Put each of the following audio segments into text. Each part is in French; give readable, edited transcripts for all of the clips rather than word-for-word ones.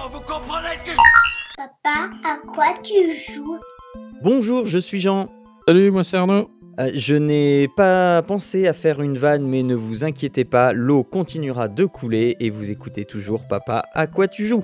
vous comprenez ce que je... Papa, à quoi tu joues? Bonjour, je suis Jean. Salut, moi c'est Arnaud. Je n'ai pas pensé à faire une vanne, mais ne vous inquiétez pas, l'eau continuera de couler et vous écoutez toujours Papa, à quoi tu joues?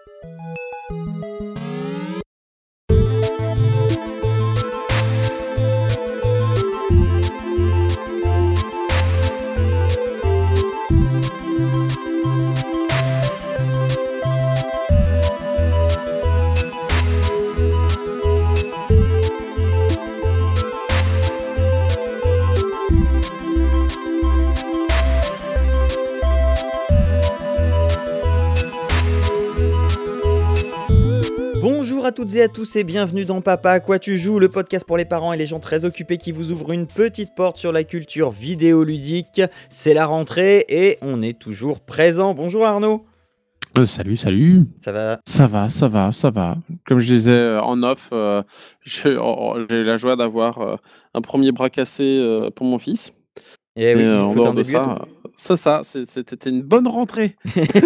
Bonjour à toutes et à tous et bienvenue dans Papa, à quoi tu joues, le podcast pour les parents et les gens très occupés qui vous ouvre une petite porte sur la culture vidéoludique. C'est la rentrée et on est toujours présent. Bonjour Arnaud. Salut. Ça va? Ça va. Comme je disais en off, j'ai la joie d'avoir un premier bras cassé pour mon fils. Et oui, en il faut dehors un de début. ça, c'était une bonne rentrée.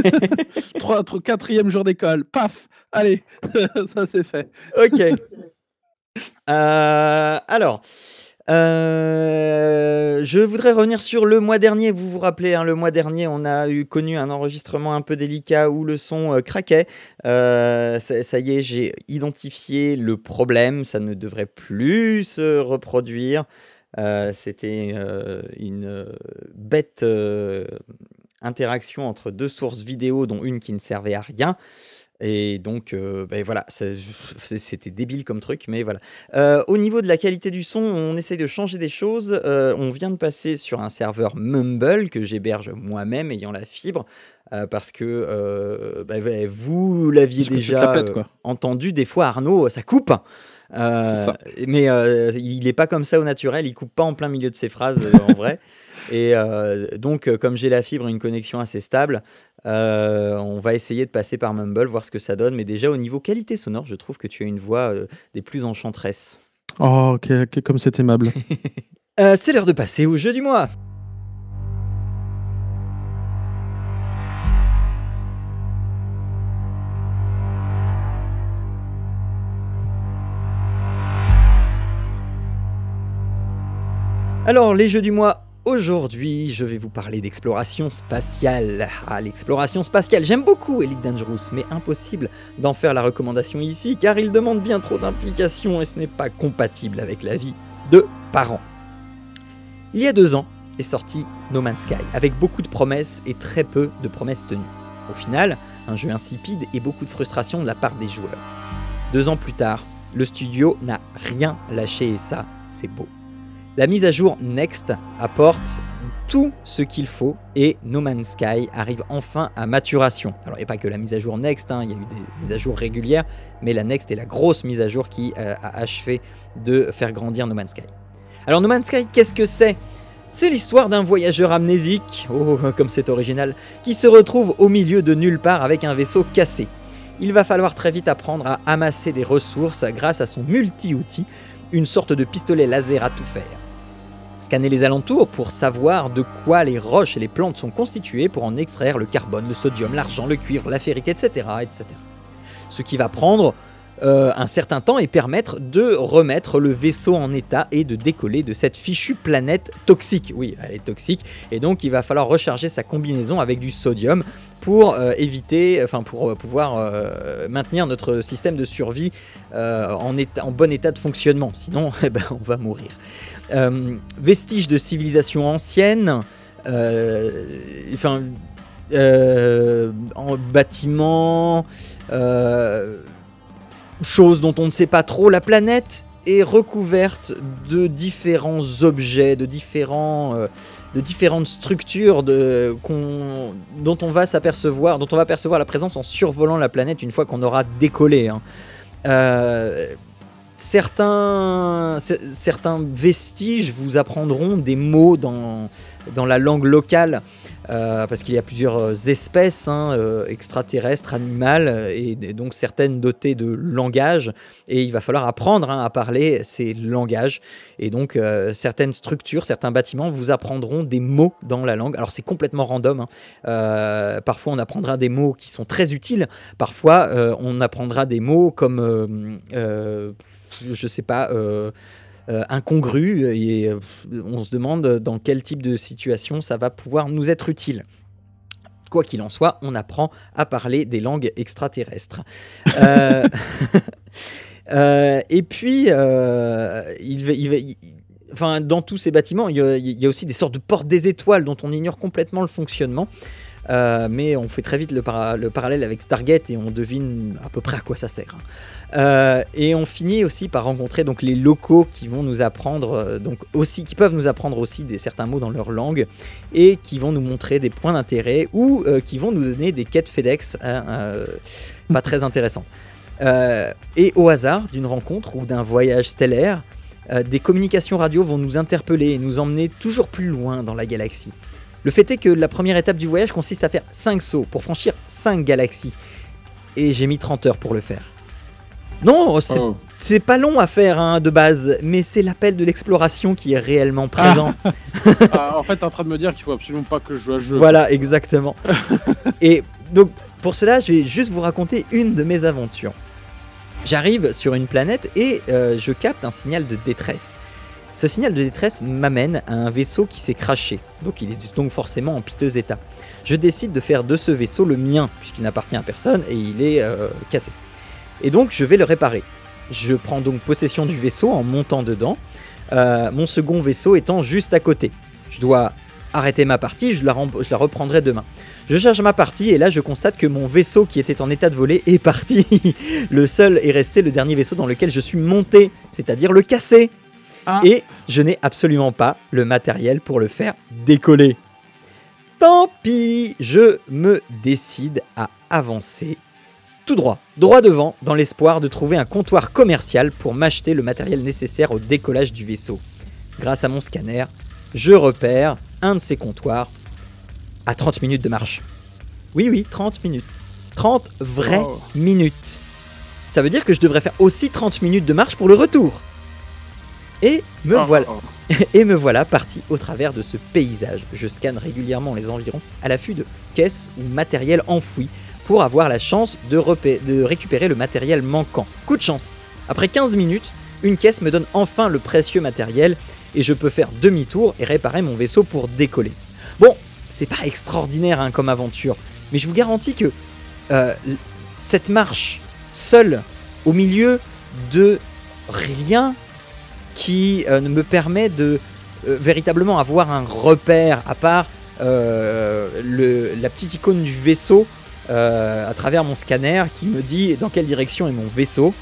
4e jour d'école, paf, allez, ça c'est fait. Ok. Alors, je voudrais revenir sur le mois dernier. Vous vous rappelez, le mois dernier, on a connu un enregistrement un peu délicat où le son craquait. Ça y est, j'ai identifié le problème. Ça ne devrait plus se reproduire. C'était une bête interaction entre deux sources vidéo, dont une qui ne servait à rien. Et donc, voilà, c'était débile comme truc, mais voilà. Au niveau de la qualité du son, on essaye de changer des choses. On vient de passer sur un serveur Mumble que j'héberge moi-même, ayant la fibre, parce que vous l'aviez Parce que tu te déjà la pètes, quoi. entendu, des fois, Arnaud, ça coupe. C'est ça. Mais il n'est pas comme ça au naturel, il coupe pas en plein milieu de ses phrases en vrai. Et donc, comme j'ai la fibre et une connexion assez stable, on va essayer de passer par Mumble, voir ce que ça donne. Mais déjà, au niveau qualité sonore, je trouve que tu as une voix des plus enchanteresses. Oh, comme c'est aimable. C'est l'heure de passer au jeu du mois. Alors, les jeux du mois. Aujourd'hui, je vais vous parler d'exploration spatiale. L'exploration spatiale, j'aime beaucoup Elite Dangerous, mais impossible d'en faire la recommandation ici, car il demande bien trop d'implication et ce n'est pas compatible avec la vie de parents. Il y a 2 ans est sorti No Man's Sky, avec beaucoup de promesses et très peu de promesses tenues. Au final, un jeu insipide et beaucoup de frustration de la part des joueurs. 2 ans plus tard, le studio n'a rien lâché et ça, c'est beau. La mise à jour Next apporte tout ce qu'il faut et No Man's Sky arrive enfin à maturation. Alors il n'y a pas que la mise à jour Next, il y a eu des mises à jour régulières, mais la Next est la grosse mise à jour qui a achevé de faire grandir No Man's Sky. Alors No Man's Sky, qu'est-ce que c'est ? C'est l'histoire d'un voyageur amnésique, oh comme c'est original, qui se retrouve au milieu de nulle part avec un vaisseau cassé. Il va falloir très vite apprendre à amasser des ressources grâce à son multi-outil, une sorte de pistolet laser à tout faire. Scanner les alentours pour savoir de quoi les roches et les plantes sont constituées pour en extraire le carbone, le sodium, l'argent, le cuivre, la ferrite, etc. Ce qui va prendre un certain temps et permettre de remettre le vaisseau en état et de décoller de cette fichue planète toxique. Oui, elle est toxique et donc il va falloir recharger sa combinaison avec du sodium pour pour pouvoir maintenir notre système de survie en bon état de fonctionnement. Sinon, on va mourir. Vestiges de civilisation ancienne, en bâtiment, choses dont on ne sait pas trop. La planète est recouverte de différents objets, de différentes structures dont on va percevoir la présence en survolant la planète une fois qu'on aura décollé. certains vestiges vous apprendront des mots dans la langue locale, parce qu'il y a plusieurs espèces extraterrestres, animales, et donc certaines dotées de langage, et il va falloir apprendre à parler ces langages. Et donc certaines structures, certains bâtiments vous apprendront des mots dans la langue. Alors c'est complètement random, parfois on apprendra des mots qui sont très utiles, parfois on apprendra des mots comme je sais pas, incongru, et on se demande dans quel type de situation ça va pouvoir nous être utile. Quoi qu'il en soit, on apprend à parler des langues extraterrestres. Et puis, enfin, dans tous ces bâtiments, il y a aussi des sortes de portes des étoiles dont on ignore complètement le fonctionnement. Mais on fait très vite le parallèle avec Stargate et on devine à peu près à quoi ça sert. Et on finit aussi par rencontrer donc les locaux qui vont nous apprendre, qui peuvent nous apprendre aussi certains mots dans leur langue, et qui vont nous montrer des points d'intérêt, ou qui vont nous donner des quêtes FedEx pas très intéressantes. Et au hasard d'une rencontre ou d'un voyage stellaire, des communications radio vont nous interpeller et nous emmener toujours plus loin dans la galaxie. Le fait est que la première étape du voyage consiste à faire 5 sauts pour franchir 5 galaxies. Et j'ai mis 30 heures pour le faire. Non, c'est pas long à faire de base, mais c'est l'appel de l'exploration qui est réellement présent. En fait, t'es en train de me dire qu'il faut absolument pas que je joue à ce jeu. Voilà, exactement. Et donc, pour cela, je vais juste vous raconter une de mes aventures. J'arrive sur une planète et je capte un signal de détresse. Ce signal de détresse m'amène à un vaisseau qui s'est crashé, donc il est donc forcément en piteux état. Je décide de faire de ce vaisseau le mien, puisqu'il n'appartient à personne et il est cassé. Et donc je vais le réparer. Je prends donc possession du vaisseau en montant dedans, mon second vaisseau étant juste à côté. Je dois arrêter ma partie, je la reprendrai demain. Je charge ma partie et là je constate que mon vaisseau qui était en état de voler est parti. Le seul est resté le dernier vaisseau dans lequel je suis monté, c'est-à-dire le cassé. Et je n'ai absolument pas le matériel pour le faire décoller. Tant pis, je me décide à avancer tout droit devant, dans l'espoir de trouver un comptoir commercial pour m'acheter le matériel nécessaire au décollage du vaisseau. Grâce à mon scanner, je repère un de ces comptoirs à 30 minutes de marche. Oui, 30 minutes. 30 vraies minutes. Ça veut dire que je devrais faire aussi 30 minutes de marche pour le retour. Et me voilà parti au travers de ce paysage. Je scanne régulièrement les environs à l'affût de caisses ou matériel enfoui pour avoir la chance de récupérer le matériel manquant. Coup de chance, après 15 minutes, une caisse me donne enfin le précieux matériel et je peux faire demi-tour et réparer mon vaisseau pour décoller. Bon, c'est pas extraordinaire comme aventure, mais je vous garantis que cette marche seule au milieu de rien qui me permet de véritablement avoir un repère, à part la petite icône du vaisseau à travers mon scanner qui me dit dans quelle direction est mon vaisseau.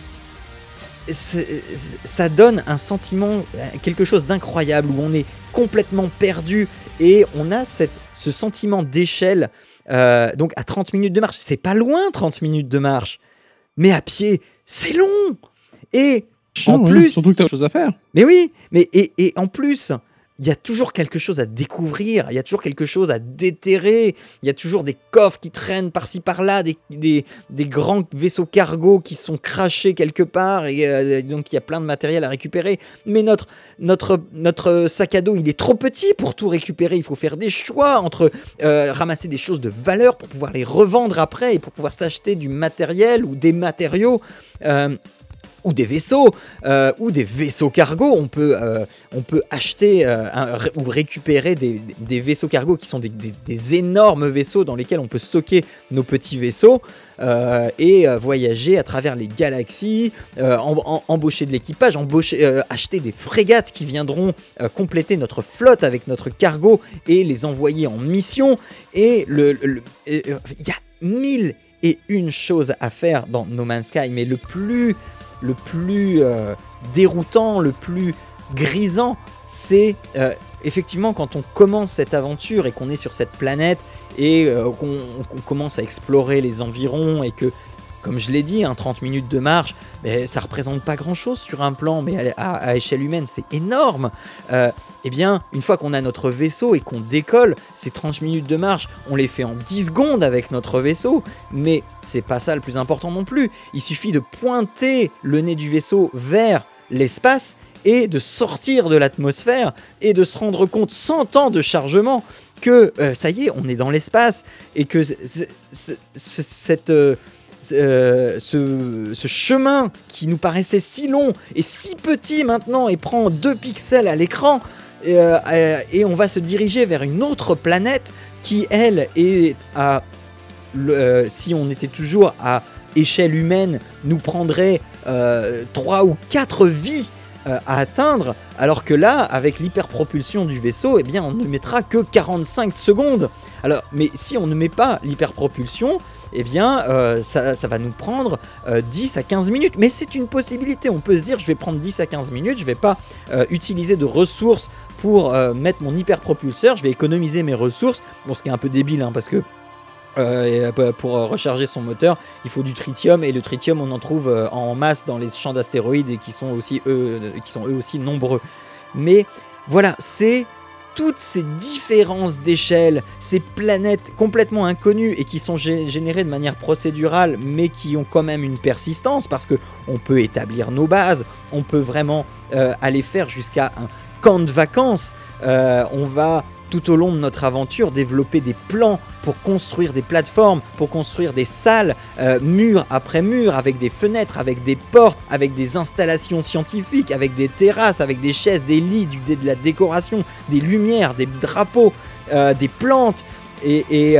Ça donne un sentiment, quelque chose d'incroyable, où on est complètement perdu et on a ce sentiment d'échelle. Donc à 30 minutes de marche, c'est pas loin 30 minutes de marche, mais à pied, c'est long. Et en plus, surtout que t'as autre chose à faire. Mais oui, et en plus, il y a toujours quelque chose à découvrir, il y a toujours quelque chose à déterrer, il y a toujours des coffres qui traînent par-ci par-là, des grands vaisseaux cargo qui sont crashés quelque part, et donc il y a plein de matériel à récupérer. Mais notre sac à dos, il est trop petit pour tout récupérer. Il faut faire des choix entre ramasser des choses de valeur pour pouvoir les revendre après et pour pouvoir s'acheter du matériel ou des matériaux. Ou des vaisseaux cargo. On peut acheter ou récupérer des vaisseaux cargo qui sont des énormes vaisseaux dans lesquels on peut stocker nos petits vaisseaux et voyager à travers les galaxies, embaucher de l'équipage, acheter des frégates qui viendront compléter notre flotte avec notre cargo et les envoyer en mission. Et il y a 1001 choses à faire dans No Man's Sky, mais le plus déroutant, le plus grisant, c'est effectivement quand on commence cette aventure et qu'on est sur cette planète et qu'on commence à explorer les environs et que comme je l'ai dit, 30 minutes de marche, ça représente pas grand-chose sur un plan, mais à échelle humaine, c'est énorme. Eh bien, une fois qu'on a notre vaisseau et qu'on décolle, ces 30 minutes de marche, on les fait en 10 secondes avec notre vaisseau, mais c'est pas ça le plus important non plus. Il suffit de pointer le nez du vaisseau vers l'espace et de sortir de l'atmosphère et de se rendre compte, sans temps de chargement, que ça y est, on est dans l'espace et que ce chemin qui nous paraissait si long et si petit maintenant et prend 2 pixels à l'écran, et on va se diriger vers une autre planète qui, elle, est à si on était toujours à échelle humaine, nous prendrait 3 ou 4 vies à atteindre, alors que là, avec l'hyperpropulsion du vaisseau, eh bien, on ne mettra que 45 secondes. Alors, mais si on ne met pas l'hyperpropulsion, eh bien, ça va nous prendre 10 à 15 minutes. Mais c'est une possibilité, on peut se dire, je vais prendre 10 à 15 minutes, je ne vais pas utiliser de ressources pour mettre mon hyperpropulseur, je vais économiser mes ressources, bon, ce qui est un peu débile, hein, parce que pour recharger son moteur, il faut du tritium, et le tritium on en trouve en masse dans les champs d'astéroïdes et qui sont eux aussi nombreux. Mais voilà, c'est toutes ces différences d'échelle, ces planètes complètement inconnues et qui sont générées de manière procédurale, mais qui ont quand même une persistance, parce que on peut établir nos bases, on peut vraiment aller faire jusqu'à un camp de vacances, on va tout au long de notre aventure développer des plans pour construire des plateformes, pour construire des salles, mur après mur, avec des fenêtres, avec des portes, avec des installations scientifiques, avec des terrasses, avec des chaises, des lits, de la décoration, des lumières, des drapeaux, des plantes, et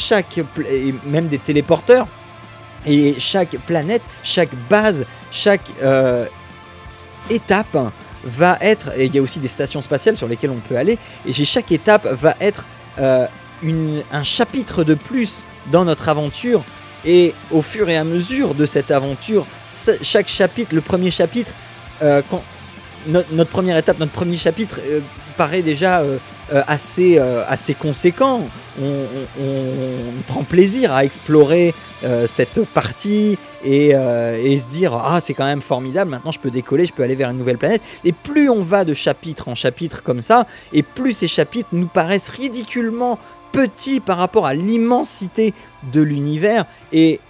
même des téléporteurs. Et chaque planète, chaque base, chaque étape va être, et il y a aussi des stations spatiales sur lesquelles on peut aller, et chaque étape va être un chapitre de plus dans notre aventure, et au fur et à mesure de cette aventure, chaque chapitre, le premier chapitre, quand notre première étape, notre premier chapitre paraît déjà assez conséquent. On prend plaisir à explorer cette partie et se dire ah, c'est quand même formidable, maintenant je peux décoller, je peux aller vers une nouvelle planète. Et plus on va de chapitre en chapitre comme ça, et plus ces chapitres nous paraissent ridiculement petits par rapport à l'immensité de l'univers. Et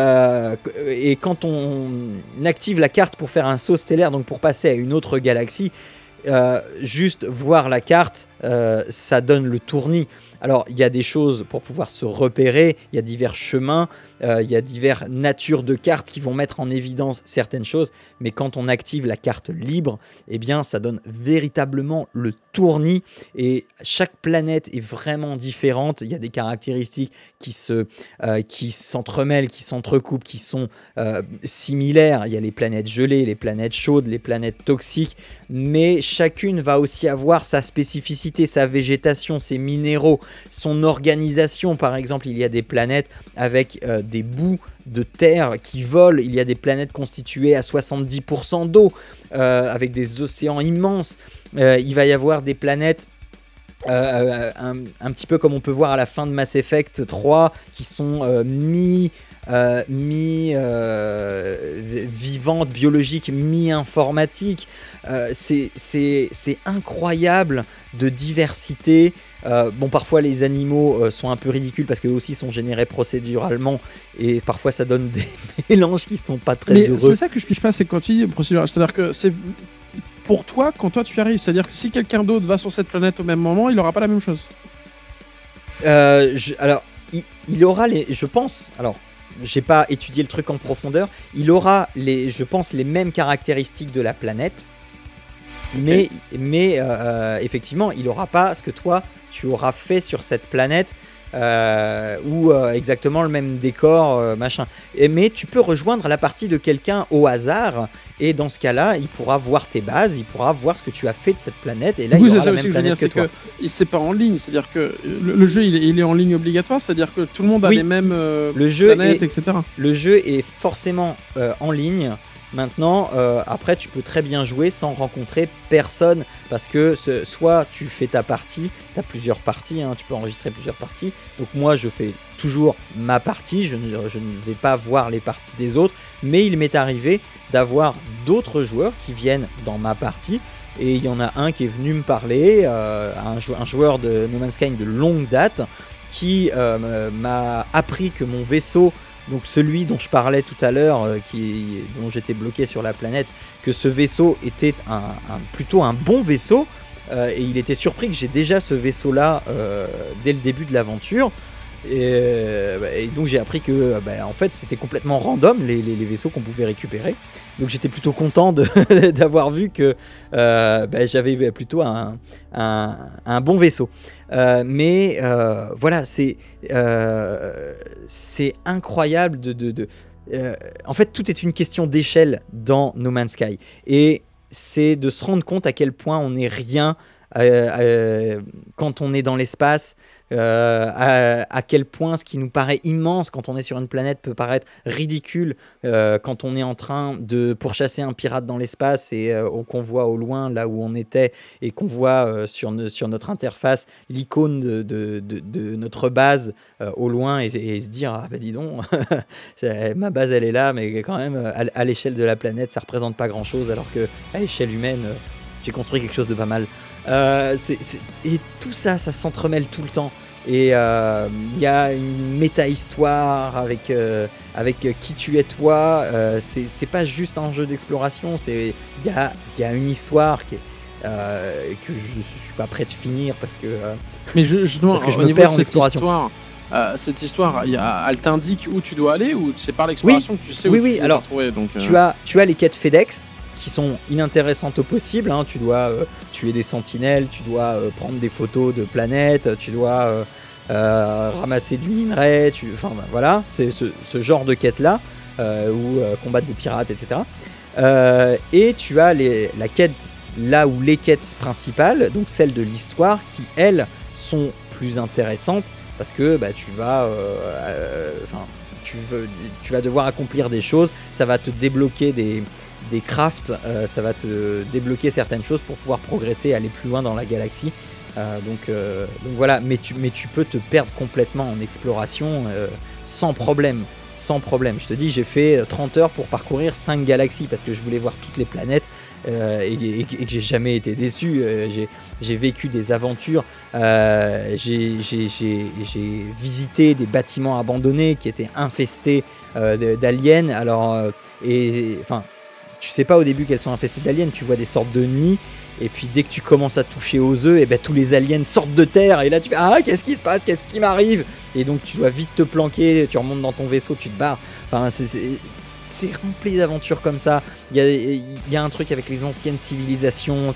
quand on active la carte pour faire un saut stellaire, donc pour passer à une autre galaxie, juste voir la carte, ça donne le tournis. Alors il y a des choses pour pouvoir se repérer, il y a divers chemins, il y a diverses natures de cartes qui vont mettre en évidence certaines choses, mais quand on active la carte libre, eh bien ça donne véritablement le tournis, et chaque planète est vraiment différente. Il y a des caractéristiques qui s'entremêlent, qui s'entrecoupent, qui sont similaires. Il y a les planètes gelées, les planètes chaudes, les planètes toxiques, mais chacune va aussi avoir sa spécificité, sa végétation, ses minéraux, son organisation. Par exemple, il y a des planètes avec des bouts de terre qui volent, il y a des planètes constituées à 70% d'eau, avec des océans immenses, il va y avoir des planètes un petit peu comme on peut voir à la fin de Mass Effect 3 qui sont mi-vivantes, biologiques, mi-informatiques. C'est incroyable de diversité. Bon, parfois les animaux sont un peu ridicules parce qu'eux aussi sont générés procéduralement, et parfois ça donne des mélanges qui sont pas très heureux. C'est ça que je piche pas, c'est quand tu dis procédural, c'est-à-dire que c'est pour toi quand toi tu y arrives, c'est-à-dire que si quelqu'un d'autre va sur cette planète au même moment, il aura pas la même chose. Alors, il aura je pense, alors j'ai pas étudié le truc en profondeur, il aura je pense les mêmes caractéristiques de la planète. Okay. Mais effectivement, il n'aura pas ce que toi, tu auras fait sur cette planète, ou exactement le même décor, machin. Mais tu peux rejoindre la partie de quelqu'un au hasard, et dans ce cas-là, il pourra voir tes bases, il pourra voir ce que tu as fait de cette planète, et là, il aura la même planète que toi. C'est pas en ligne, c'est-à-dire que le jeu, il est en ligne obligatoire, c'est-à-dire que tout le monde a les mêmes planètes, etc. Le jeu est forcément en ligne. Maintenant, après, tu peux très bien jouer sans rencontrer personne, parce que soit tu fais ta partie, tu as plusieurs parties, hein, tu peux enregistrer plusieurs parties. Donc moi, je fais toujours ma partie, je ne vais pas voir les parties des autres, mais il m'est arrivé d'avoir d'autres joueurs qui viennent dans ma partie. Et il y en a un qui est venu me parler, un joueur de No Man's Sky de longue date, qui m'a appris que mon vaisseau, donc celui dont je parlais tout à l'heure, dont j'étais bloqué sur la planète, que ce vaisseau était plutôt un bon vaisseau, et il était surpris que j'ai déjà ce vaisseau-là dès le début de l'aventure. Et donc j'ai appris que en fait c'était complètement random les vaisseaux qu'on pouvait récupérer. Donc j'étais plutôt content d'avoir vu que j'avais plutôt un bon vaisseau. Mais voilà, c'est incroyable en fait, tout est une question d'échelle dans No Man's Sky. Et c'est de se rendre compte à quel point on n'est rien quand on est dans l'espace. À quel point ce qui nous paraît immense quand on est sur une planète peut paraître ridicule quand on est en train de pourchasser un pirate dans l'espace et qu'on voit au loin là où on était et qu'on voit sur notre interface l'icône de notre base au loin et se dire ah bah dis donc ma base elle est là, mais quand même à l'échelle de la planète ça représente pas grand chose, alors que à l'échelle humaine j'ai construit quelque chose de pas mal. Et tout ça s'entremêle tout le temps. Et il y a une méta-histoire avec qui tu es toi. C'est pas juste un jeu d'exploration. Il y a une histoire que je suis pas prêt de finir parce que je me perds en exploration. Cette histoire, elle t'indique où tu dois aller, ou c'est par l'exploration que tu sais où tu dois trouver, donc, tu as les quêtes FedEx qui sont inintéressantes au possible, hein. Tu dois tuer des sentinelles, tu dois prendre des photos de planètes, tu dois ramasser du minerai, voilà, c'est ce genre de quête là ou combattre des pirates, etc. Et tu as la quête là où les quêtes principales, donc celles de l'histoire, qui elles sont plus intéressantes parce que tu vas devoir accomplir des choses, ça va te débloquer des crafts, ça va te débloquer certaines choses pour pouvoir progresser et aller plus loin dans la galaxie. Donc voilà, mais tu peux te perdre complètement en exploration sans problème. Je te dis, j'ai fait 30 heures pour parcourir 5 galaxies parce que je voulais voir toutes les planètes et que j'ai jamais été déçu. J'ai vécu des aventures, j'ai visité des bâtiments abandonnés qui étaient infestés d'aliens. Alors, tu sais pas au début qu'elles sont infestées d'aliens, tu vois des sortes de nids, et puis dès que tu commences à toucher aux œufs, et tous les aliens sortent de terre, et là tu fais ah qu'est-ce qui se passe, qu'est-ce qui m'arrive, et donc tu dois vite te planquer, tu remontes dans ton vaisseau, tu te barres. Enfin c'est rempli d'aventures comme ça. Il y a un truc avec les anciennes civilisations,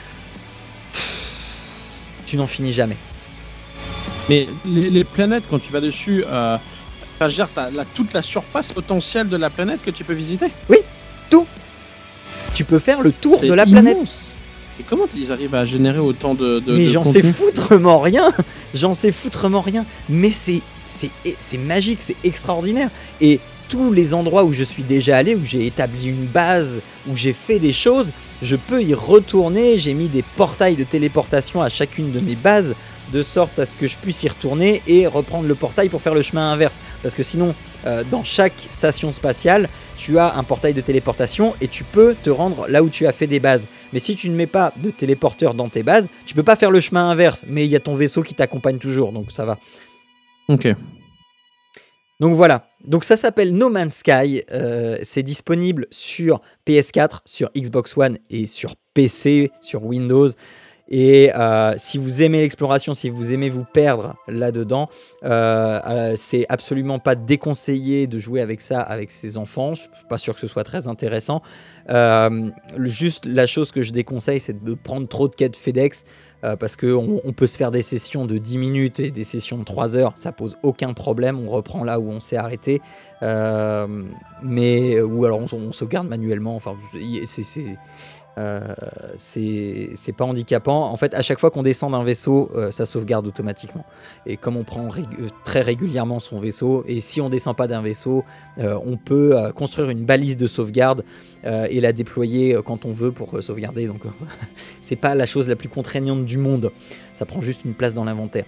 tu n'en finis jamais. Mais les planètes, quand tu vas dessus, t'as toute la surface potentielle de la planète que tu peux visiter. Oui, tout. Tu peux faire le tour de la planète. Et comment ils arrivent à générer autant de mais j'en sais foutrement rien. Mais c'est magique, c'est extraordinaire. Et tous les endroits où je suis déjà allé, où j'ai établi une base, où j'ai fait des choses, je peux y retourner. J'ai mis des portails de téléportation à chacune de mes bases, de sorte à ce que je puisse y retourner et reprendre le portail pour faire le chemin inverse. Parce que sinon, dans chaque station spatiale, tu as un portail de téléportation et tu peux te rendre là où tu as fait des bases. Mais si tu ne mets pas de téléporteur dans tes bases, tu peux pas faire le chemin inverse. Mais il y a ton vaisseau qui t'accompagne toujours, donc ça va. Ok. Donc voilà, donc ça s'appelle No Man's Sky, c'est disponible sur PS4, sur Xbox One et sur PC, sur Windows. Et si vous aimez l'exploration, si vous aimez vous perdre là-dedans, c'est absolument pas déconseillé de jouer avec ça avec ses enfants. Je suis pas sûr que ce soit très intéressant. Juste la chose que je déconseille, c'est de prendre trop de quêtes FedEx, parce qu'on peut se faire des sessions de 10 minutes et des sessions de 3 heures, ça pose aucun problème, on reprend là où on s'est arrêté, ou alors on sauvegarde manuellement, enfin C'est pas handicapant. En fait, à chaque fois qu'on descend d'un vaisseau, ça sauvegarde automatiquement. Et comme on prend très régulièrement son vaisseau, et si on descend pas d'un vaisseau, on peut construire une balise de sauvegarde et la déployer quand on veut pour sauvegarder. Donc, c'est pas la chose la plus contraignante du monde. Ça prend juste une place dans l'inventaire.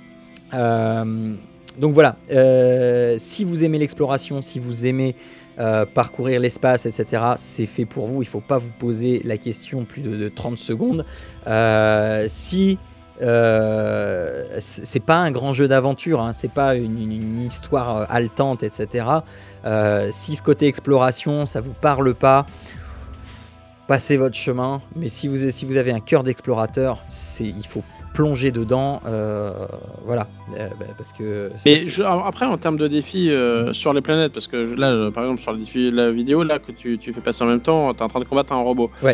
Donc voilà, si vous aimez l'exploration, si vous aimez parcourir l'espace, etc., c'est fait pour vous. Il ne faut pas vous poser la question plus de 30 secondes. Si c'est pas un grand jeu d'aventure, hein, c'est pas une histoire haletante, etc. Si ce côté exploration, ça vous parle pas, passez votre chemin. Mais si vous avez un cœur d'explorateur, il faut plonger dedans, voilà, parce que... Mais après, en termes de défis sur les planètes, parce que là, par exemple, sur le défi de la vidéo là, que tu fais passer en même temps, tu es en train de combattre un robot. Ouais.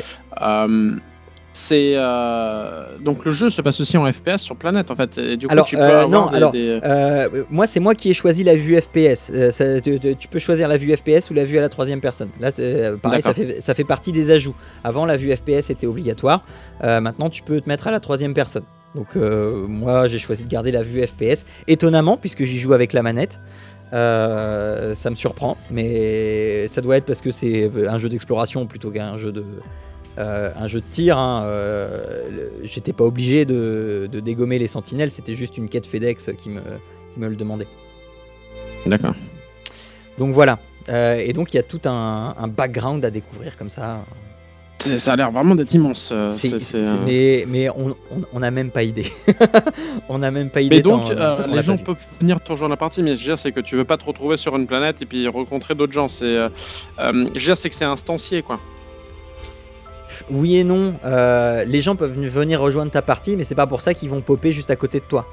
Donc le jeu se passe aussi en FPS sur planète, en fait. Et du coup, alors, tu peux avoir moi, c'est moi qui ai choisi la vue FPS. Tu peux choisir la vue FPS ou la vue à la troisième personne. Là, pareil, ça fait partie des ajouts. Avant, la vue FPS était obligatoire. Maintenant, tu peux te mettre à la troisième personne. Donc moi j'ai choisi de garder la vue FPS, étonnamment puisque j'y joue avec la manette, ça me surprend, mais ça doit être parce que c'est un jeu d'exploration plutôt qu'un jeu de tir, hein. J'étais pas obligé de dégommer les sentinelles, c'était juste une quête FedEx qui me le demandait. D'accord. Donc voilà, et donc il y a tout un background à découvrir comme ça. Ça a l'air vraiment d'être immense. Mais on n'a même pas idée. On n'a même pas idée. Mais donc, les gens peuvent venir te rejoindre la partie, mais je veux dire, c'est que tu veux pas te retrouver sur une planète et puis rencontrer d'autres gens. Je veux dire, c'est que c'est instancié, quoi. Oui et non. Les gens peuvent venir rejoindre ta partie, mais c'est pas pour ça qu'ils vont popper juste à côté de toi.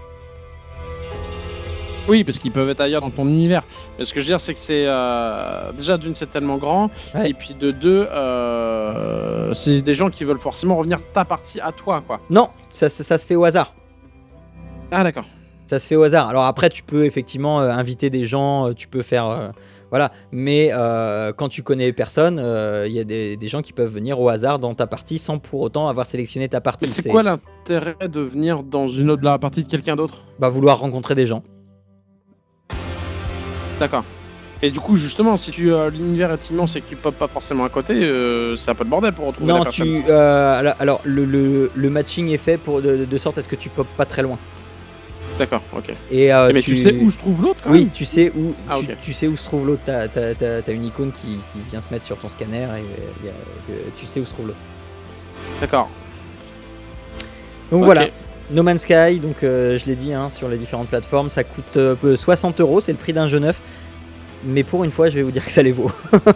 Oui, parce qu'ils peuvent être ailleurs dans ton univers. Mais ce que je veux dire, c'est que c'est... déjà, d'une, c'est tellement grand. Ouais. Et puis de deux, c'est des gens qui veulent forcément revenir ta partie à toi, quoi. Non, ça se fait au hasard. Ah, d'accord. Ça se fait au hasard. Alors après, tu peux effectivement inviter des gens, tu peux faire... voilà. Mais quand tu connais personne, il y a des gens qui peuvent venir au hasard dans ta partie sans pour autant avoir sélectionné ta partie. Mais c'est quoi l'intérêt de venir dans une autre la partie de quelqu'un d'autre ? Bah, vouloir rencontrer des gens. D'accord. Et du coup, justement, si l'univers est immense et que tu popes pas forcément à côté, c'est un peu le bordel pour retrouver la personne. Alors, le matching est fait de sorte à ce que tu popes pas très loin. D'accord, ok. Mais tu sais où je trouve l'autre quand Oui, même. tu sais où, ok. tu sais où se trouve l'autre. T'as une icône qui vient se mettre sur ton scanner et tu sais où se trouve l'autre. D'accord. Donc Ok. voilà. No Man's Sky, donc je l'ai dit, hein, sur les différentes plateformes, ça coûte 60 €, c'est le prix d'un jeu neuf. Mais pour une fois, je vais vous dire que ça les vaut.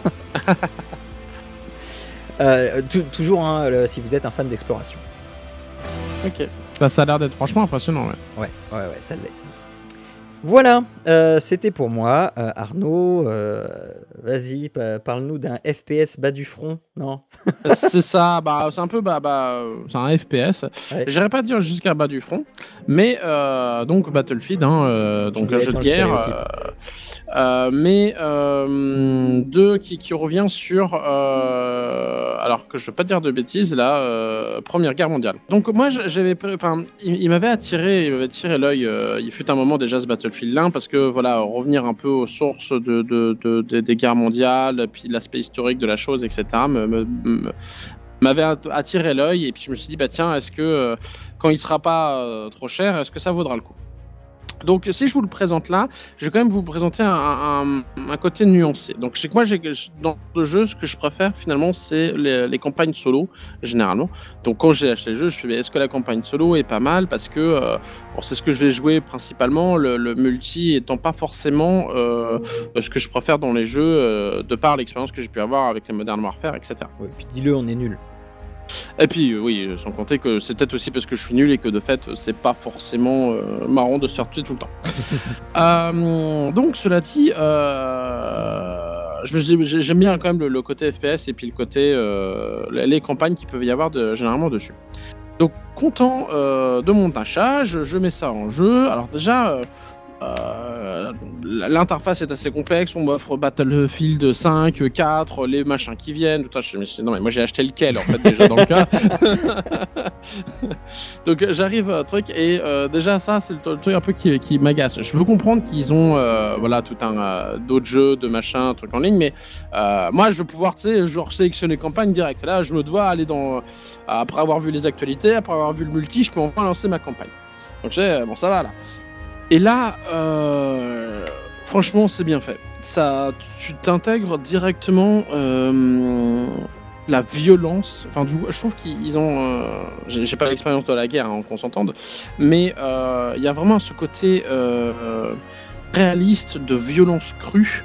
Toujours, hein, si vous êtes un fan d'exploration. Ok. Bah, ça a l'air d'être franchement impressionnant, ouais. Ouais, ça l'est. Voilà, c'était pour moi. Arnaud, vas-y, parle-nous d'un FPS bas du front, non? C'est ça, c'est un peu, c'est un FPS. Ouais. J'irais pas dire jusqu'à bas du front, mais donc Battlefield, hein, donc un jeu de guerre, mais qui revient sur, alors que je veux pas dire de bêtises, là, Première Guerre mondiale. Donc moi, il m'avait attiré l'œil. Il fut un moment déjà ce Battlefield 1 parce que voilà, revenir un peu aux sources des guerres mondiales, puis l'aspect historique de la chose, etc. m'avait attiré l'œil, et puis je me suis dit tiens, est-ce que quand il sera pas trop cher, est-ce que ça vaudra le coup? Donc si je vous le présente là, je vais quand même vous présenter un côté nuancé. Donc dans le jeu, ce que je préfère finalement, c'est les campagnes solo, généralement. Donc quand j'ai acheté le jeu, je me suis dit, est-ce que la campagne solo est pas mal? Parce que c'est ce que je vais jouer principalement, le multi étant pas forcément ce que je préfère dans les jeux, de par l'expérience que j'ai pu avoir avec les Modern Warfare, etc. Ouais, puis dis-le, on est nul. Et puis oui, sans compter que c'est peut-être aussi parce que je suis nul et que de fait c'est pas forcément marrant de se faire tuer tout le temps. Donc cela dit, j'aime bien quand même le côté FPS et puis le côté les campagnes qu'il peut y avoir généralement dessus. Donc content de mon achat, je mets ça en jeu. Alors déjà, l'interface est assez complexe. On m'offre Battlefield 5, 4, les machins qui viennent. Tout ça, je me suis dit, non, mais moi j'ai acheté lequel en fait déjà dans le cas. Donc j'arrive à un truc et déjà ça, c'est le truc un peu qui m'agace. Je peux comprendre qu'ils ont voilà tout un d'autres jeux, de machins, trucs en ligne, mais moi je veux pouvoir, tu sais, genre sélectionner campagne direct. Là, je me dois aller dans après avoir vu les actualités, après avoir vu le multi, je peux enfin lancer ma campagne. Donc bon, ça va là. Et là, franchement, c'est bien fait. Ça, tu t'intègres directement la violence. Enfin, je trouve qu'ils ont. J'ai pas l'expérience de la guerre, hein, qu'on s'entende, mais il y a vraiment ce côté réaliste de violence crue.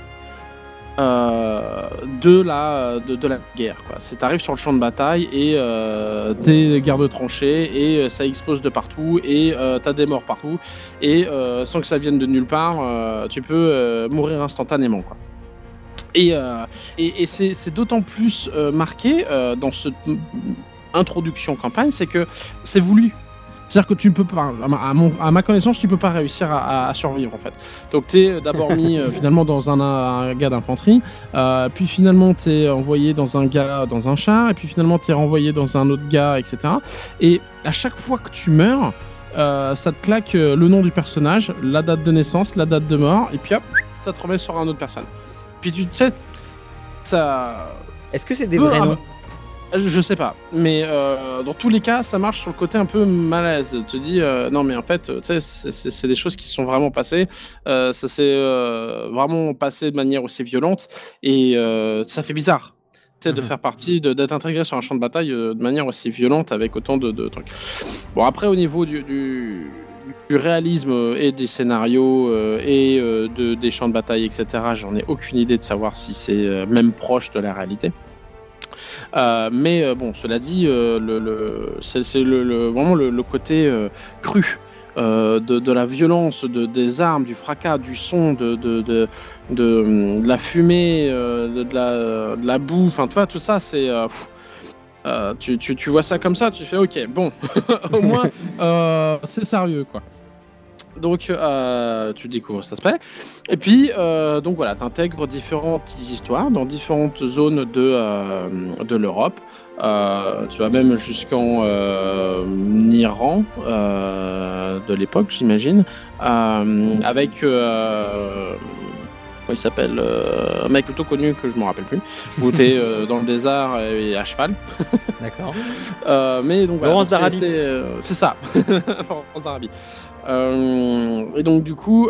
De la guerre, quoi. T'arrives sur le champ de bataille et t'es garde de tranchée et ça explose de partout et t'as des morts partout et sans que ça vienne de nulle part, tu peux mourir instantanément, quoi. Et c'est d'autant plus marqué dans cette introduction campagne, c'est que c'est voulu. C'est-à-dire que tu ne peux pas, à ma connaissance, tu ne peux pas réussir à survivre en fait. Donc tu es d'abord mis finalement dans un gars d'infanterie, puis finalement tu es envoyé dans un gars dans un char, et puis finalement tu es renvoyé dans un autre gars, etc. Et à chaque fois que tu meurs, ça te claque le nom du personnage, la date de naissance, la date de mort, et puis hop, ça te remet sur un autre personne. Puis tu sais, ça... Est-ce que c'est des vrais noms ? Je sais pas, mais dans tous les cas, ça marche sur le côté un peu malaise. Tu te dis, non mais en fait, tu sais, c'est des choses qui se sont vraiment passées. Ça s'est vraiment passé de manière aussi violente et ça fait bizarre. Tu sais, de faire partie, d'être intégré sur un champ de bataille de manière aussi violente avec autant de trucs. Bon, après, au niveau du réalisme et des scénarios et des champs de bataille, etc., j'en ai aucune idée de savoir si c'est même proche de la réalité. Mais bon, cela dit, c'est vraiment le côté cru de la violence, des armes, du fracas, du son, de la fumée, de la boue, enfin tu vois, tout ça, c'est... tu vois ça comme ça, tu fais ok, bon, au moins c'est sérieux, quoi. Donc tu découvres cet aspect et puis donc voilà, t'intègres différentes histoires dans différentes zones de l'Europe. Tu vas même jusqu'en Iran de l'époque, j'imagine, avec il s'appelle un mec plutôt connu que je me rappelle plus, où t'es dans le désert et à cheval. D'accord. Mais donc voilà, Laurence d'Arabie. C'est ça. Laurence d'Arabie. Et donc du coup,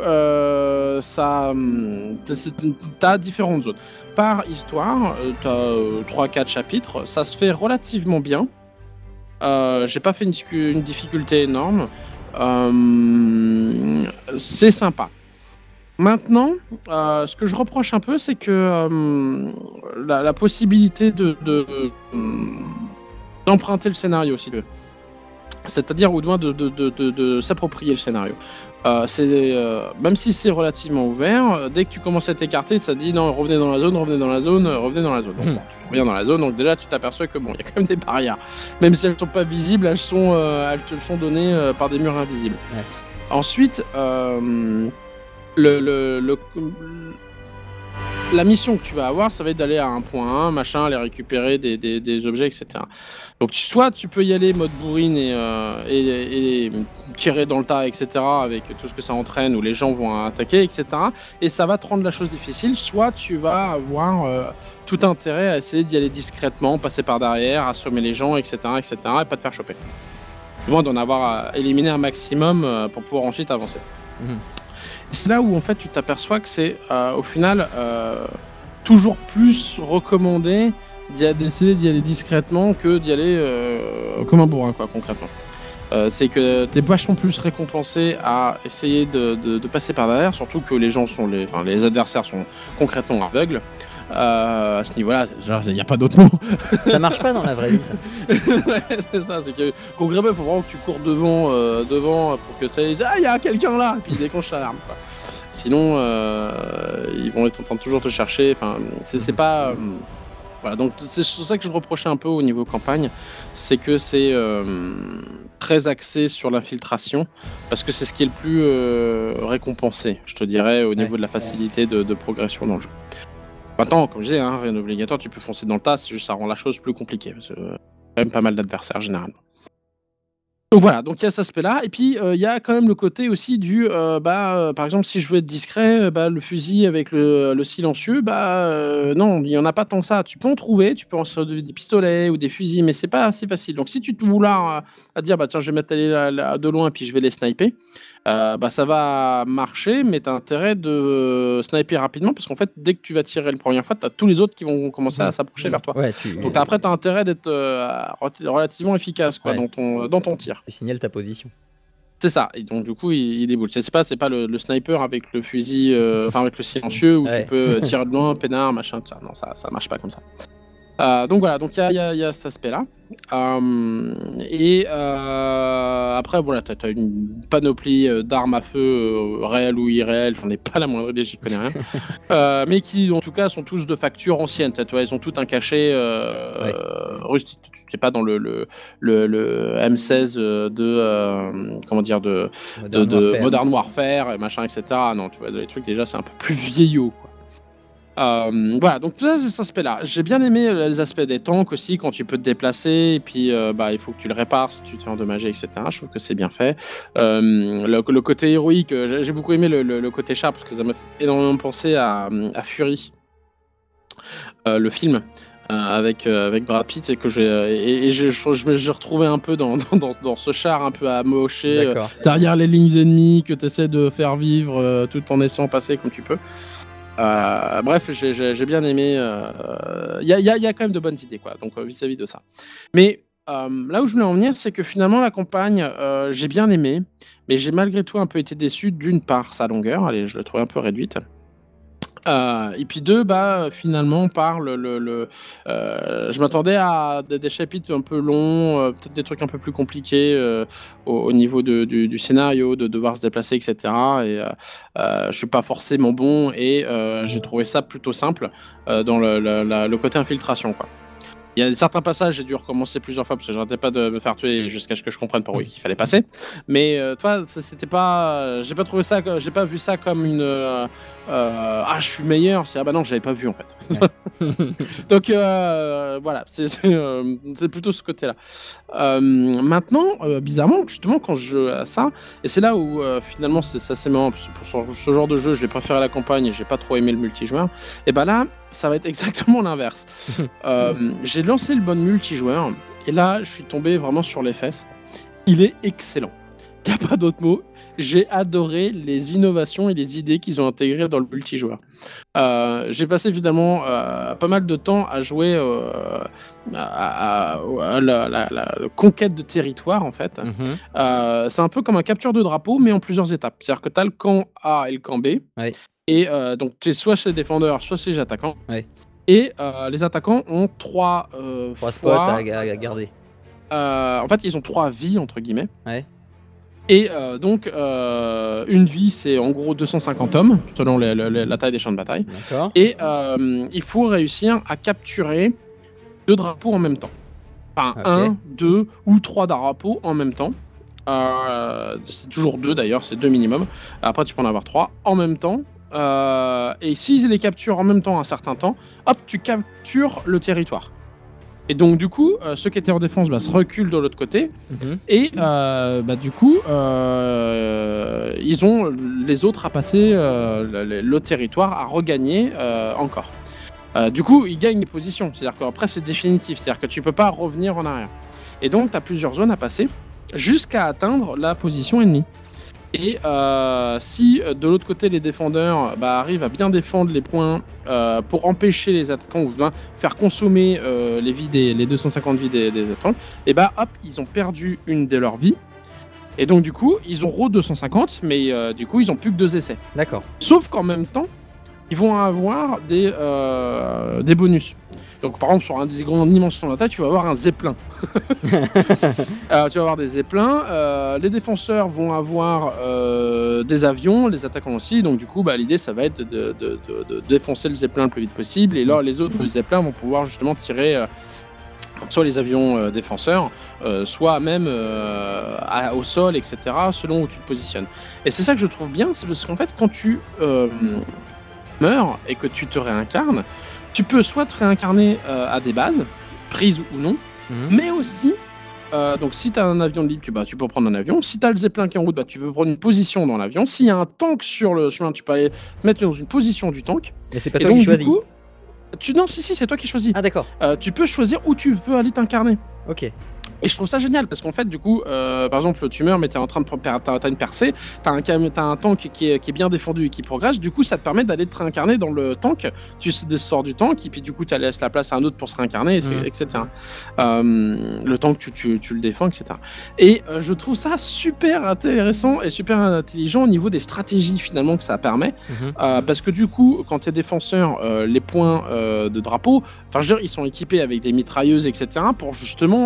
t'as différentes zones. Par histoire, t'as 3-4 chapitres. Ça se fait relativement bien. J'ai pas fait une difficulté énorme. C'est sympa. Maintenant, ce que je reproche un peu, c'est que la possibilité d'emprunter le scénario, si tu veux. C'est-à-dire au moins de s'approprier le scénario. Même si c'est relativement ouvert, dès que tu commences à t'écarter, ça dit non, revenez dans la zone, revenez dans la zone, revenez dans la zone. Donc, bon, tu reviens dans la zone, donc déjà tu t'aperçois que bon, il y a quand même des barrières. Même si elles ne sont pas visibles, elles te sont données par des murs invisibles. Ouais. Ensuite, la mission que tu vas avoir, ça va être d'aller à un point 1, machin, aller récupérer des objets, etc. Donc soit tu peux y aller mode bourrine et tirer dans le tas, etc. avec tout ce que ça entraîne, où les gens vont attaquer, etc. Et ça va te rendre la chose difficile. Soit tu vas avoir tout intérêt à essayer d'y aller discrètement, passer par derrière, assommer les gens, etc. et pas te faire choper. Du moins d'en avoir éliminé un maximum pour pouvoir ensuite avancer. Mmh. C'est là où en fait tu t'aperçois que c'est au final toujours plus recommandé d'essayer d'y aller discrètement que d'y aller comme un bourrin, quoi, concrètement. C'est que t'es vachement plus récompensé à essayer de passer par derrière, surtout que les gens les adversaires sont concrètement aveugles. À ce niveau-là, il n'y a pas d'autre mot. Ça marche pas dans la vraie vie, ça. Ouais, c'est ça, c'est que concrètement, il faut vraiment que tu cours devant pour que ça dise « Ah, il y a quelqu'un là !» et puis ils déclenchent l'alarme, quoi. Sinon, ils vont être en train de toujours te chercher. Enfin, c'est pas... Voilà, donc c'est ça que je reprochais un peu au niveau campagne, c'est que c'est très axé sur l'infiltration, parce que c'est ce qui est le plus récompensé, je te dirais, au niveau de la facilité de progression dans le jeu. Maintenant, comme je disais, rien d'obligatoire, tu peux foncer dans le tas, c'est juste ça rend la chose plus compliquée, parce que quand même pas mal d'adversaires généralement. Donc voilà, donc il y a cet aspect-là, et puis il y a quand même le côté aussi du, par exemple, si je veux être discret, le fusil avec le silencieux, non, il y en a pas tant que ça. Tu peux en trouver, tu peux en sortir des pistolets ou des fusils, mais c'est pas assez facile. Donc si tu te vouloir à dire, tiens, je vais mettre de loin et puis je vais les sniper, ça va marcher, mais tu as intérêt de sniper rapidement, parce qu'en fait, dès que tu vas tirer la première fois, tu as tous les autres qui vont commencer à s'approcher vers toi. Ouais, donc après, tu as intérêt d'être relativement efficace dans ton tir. Tu signales ta position. C'est ça, et donc du coup il déboule. C'est pas le sniper avec le fusil, avec le silencieux où tu peux tirer de loin, peinard, machin, tout ça. Non, ça marche pas comme ça. Donc voilà, donc il y a cet aspect-là. Après, voilà, t'as une panoplie d'armes à feu réelles ou irréelles, j'en ai pas la moindre idée, j'y connais rien. Mais qui, en tout cas, sont tous de facture ancienne. Tu vois, ils ont tout un cachet rustique. Tu n'es pas dans le M16 de Modern Warfare et machin, etc. Non, tu vois, les trucs, déjà, c'est un peu plus vieillot, quoi. Voilà, donc tout ça, c'est cet aspect-là. J'ai bien aimé les aspects des tanks aussi, quand tu peux te déplacer, et puis il faut que tu le répares si tu te fais endommager, etc. Je trouve que c'est bien fait. Le côté héroïque, j'ai beaucoup aimé le côté char, parce que ça m'a fait énormément penser à Fury, le film. Avec Brad Pitt, et que je retrouvais un peu dans ce char un peu amoché, derrière les lignes ennemies que tu essaies de faire vivre tout en essayant de passer comme tu peux. Bref, j'ai bien aimé. Il y a quand même de bonnes idées, quoi, donc vis-à-vis de ça. Mais là où je voulais en venir, c'est que finalement la campagne, j'ai bien aimé, mais j'ai malgré tout un peu été déçu, d'une part sa longueur, allez, je l'ai trouvée un peu réduite. Et puis deux, finalement par je m'attendais à des chapitres un peu longs, peut-être des trucs un peu plus compliqués au niveau du scénario, de devoir se déplacer, etc. Et je suis pas forcément bon, et j'ai trouvé ça plutôt simple dans le côté infiltration, quoi. Il y a certains passages, j'ai dû recommencer plusieurs fois parce que j'arrêtais pas de me faire tuer jusqu'à ce que je comprenne par où il fallait passer. Mais toi, c'était pas, j'ai pas trouvé ça, j'ai pas vu ça comme une je suis meilleur. C'est non, j'avais pas vu en fait. Ouais. Donc voilà, c'est plutôt ce côté-là. Maintenant, bizarrement, justement, quand je joue à ça, et c'est là où finalement c'est marrant, pour ce genre de jeu, je vais préférer la campagne et j'ai pas trop aimé le multijoueur. Et là, ça va être exactement l'inverse. J'ai lancé le bon multijoueur, et là, je suis tombé vraiment sur les fesses. Il est excellent. Il n'y a pas d'autre mot. J'ai adoré les innovations et les idées qu'ils ont intégrées dans le multijoueur. J'ai passé évidemment pas mal de temps à jouer à la conquête de territoire, en fait. C'est un peu comme un capture de drapeau, mais en plusieurs étapes. C'est-à-dire que tu as le camp A et le camp B. Ouais. Et donc, tu es soit chez les défendeurs, soit chez les attaquants. Ouais. Et les attaquants ont trois spots à garder. En fait, ils ont 3 vies, entre guillemets. Ouais. Et donc, une vie, c'est en gros 250 hommes, selon la taille des champs de bataille. D'accord. Et il faut réussir à capturer 2 drapeaux en même temps. Enfin, 1, 2 ou 3 drapeaux en même temps. C'est toujours 2 d'ailleurs, c'est 2 minimum. Après, tu peux en avoir 3 en même temps. Et s'ils les capturent en même temps un certain temps, hop, tu captures le territoire. Et donc du coup, ceux qui étaient en défense se reculent de l'autre côté. Et du coup, ils ont les autres à passer le territoire, à regagner encore. Du coup, ils gagnent les positions. C'est-à-dire qu'après, c'est définitif. C'est-à-dire que tu peux pas revenir en arrière. Et donc, tu as plusieurs zones à passer jusqu'à atteindre la position ennemie. Et si de l'autre côté les défendeurs arrivent à bien défendre les points pour empêcher les attaquants ou faire consommer les 250 vies des attaquants, et hop, ils ont perdu une de leurs vies. Et donc du coup, ils ont 250, mais du coup, ils ont plus que 2 essais. D'accord. Sauf qu'en même temps, ils vont avoir des bonus. Donc par exemple sur un des grandes dimensions de la taille, tu vas avoir un zeppelin. Tu vas avoir des zeppelins. Les défenseurs vont avoir des avions, les attaquants aussi. Donc du coup, l'idée ça va être de défoncer le zeppelin le plus vite possible. Et là, les autres zeppelins vont pouvoir justement tirer soit les avions défenseurs, soit même au sol, etc. Selon où tu te positionnes. Et c'est ça que je trouve bien, c'est parce qu'en fait, quand tu meurs et que tu te réincarnes, tu peux soit te réincarner à des bases, prises ou non, mais aussi, donc si tu as un avion de libre, tu peux prendre un avion. Si tu as le zeppelin qui est en route, tu peux prendre une position dans l'avion. S'il y a un tank sur le chemin, tu peux aller te mettre dans une position du tank. Mais c'est pas toi qui choisis. Non, si, c'est toi qui choisis. Ah d'accord. Tu peux choisir où tu peux aller t'incarner. Ok. Et je trouve ça génial parce qu'en fait, du coup, par exemple, tu meurs, mais t'es en train de t'as une percée, t'as un tank qui est bien défendu et qui progresse. Du coup, ça te permet d'aller te réincarner dans le tank. Tu sors du tank et puis du coup, tu laisses la place à un autre pour se réincarner, etc. Le tank, tu le défends, etc. Et je trouve ça super intéressant et super intelligent au niveau des stratégies finalement que ça permet. Parce que du coup, quand t'es défenseur, les points de drapeau, enfin, je veux dire, ils sont équipés avec des mitrailleuses, etc. pour justement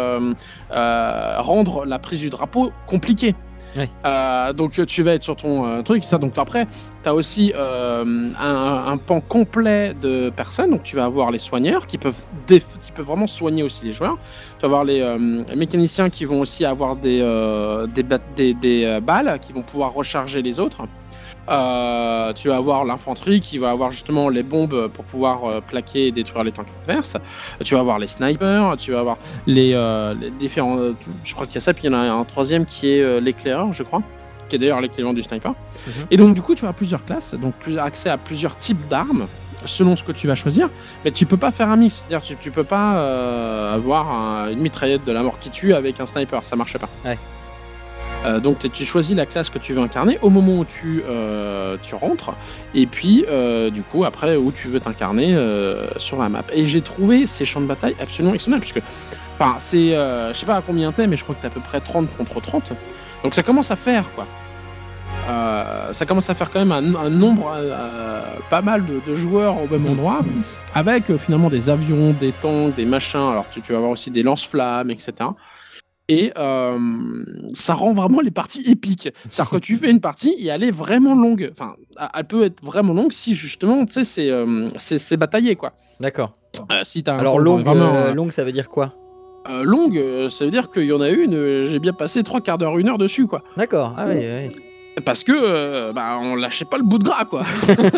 rendre la prise du drapeau compliquée. Ouais. Donc tu vas être sur ton truc, ça. Donc après, tu as aussi un pan complet de personnes. Donc tu vas avoir les soigneurs qui peuvent vraiment soigner aussi les joueurs. Tu vas avoir les mécaniciens qui vont aussi avoir des balles qui vont pouvoir recharger les autres. Tu vas avoir l'infanterie qui va avoir justement les bombes pour pouvoir plaquer et détruire les tanks adverses. Tu vas avoir les snipers, tu vas avoir les différents. Je crois qu'il y a ça, puis il y en a un troisième qui est l'éclaireur, je crois, qui est d'ailleurs l'équivalent du sniper. Et donc du coup, tu as plusieurs classes, donc accès à plusieurs types d'armes selon ce que tu vas choisir, mais tu peux pas faire un mix, c'est-à-dire tu peux pas avoir une mitraillette de la mort qui tue avec un sniper, ça marche pas. Ouais. Donc tu choisis la classe que tu veux incarner au moment où tu rentres, et puis du coup après où tu veux t'incarner sur la map. Et j'ai trouvé ces champs de bataille absolument exceptionnels, puisque c'est je sais pas à combien t'es, mais je crois que t'es à peu près 30 contre 30, donc ça commence à faire quoi. Ça commence à faire quand même un nombre pas mal de joueurs au même endroit, avec finalement des avions, des tanks, des machins. Alors tu vas avoir aussi des lance-flammes, etc. Et ça rend vraiment les parties épiques. C'est-à-dire que tu fais une partie et elle est vraiment longue. Enfin, elle peut être vraiment longue si justement, tu sais, c'est bataillé, quoi. D'accord. Si t'as alors longue, ça veut dire quoi? Longue, ça veut dire qu'il y en a une, j'ai bien passé 3/4 d'heure, 1 heure dessus, quoi. D'accord, ah oui. Parce que, on lâchait pas le bout de gras, quoi.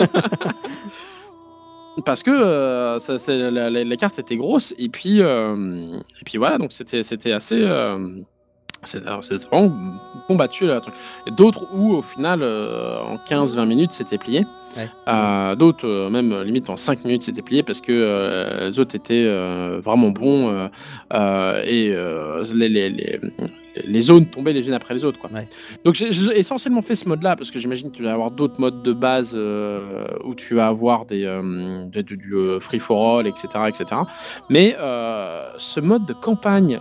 Parce que la carte était grosse, et puis voilà, donc c'était assez c'est vraiment combattu là, truc. Et d'autres où au final en 15-20 minutes c'était plié. Ouais. D'autres même limite en 5 minutes c'était plié, parce que les autres étaient vraiment bons, et les zones tombaient les unes après les autres, quoi. Ouais. Donc j'ai essentiellement fait ce mode là parce que j'imagine que tu vas avoir d'autres modes de base où tu vas avoir du free for all, etc. Mais ce mode de campagne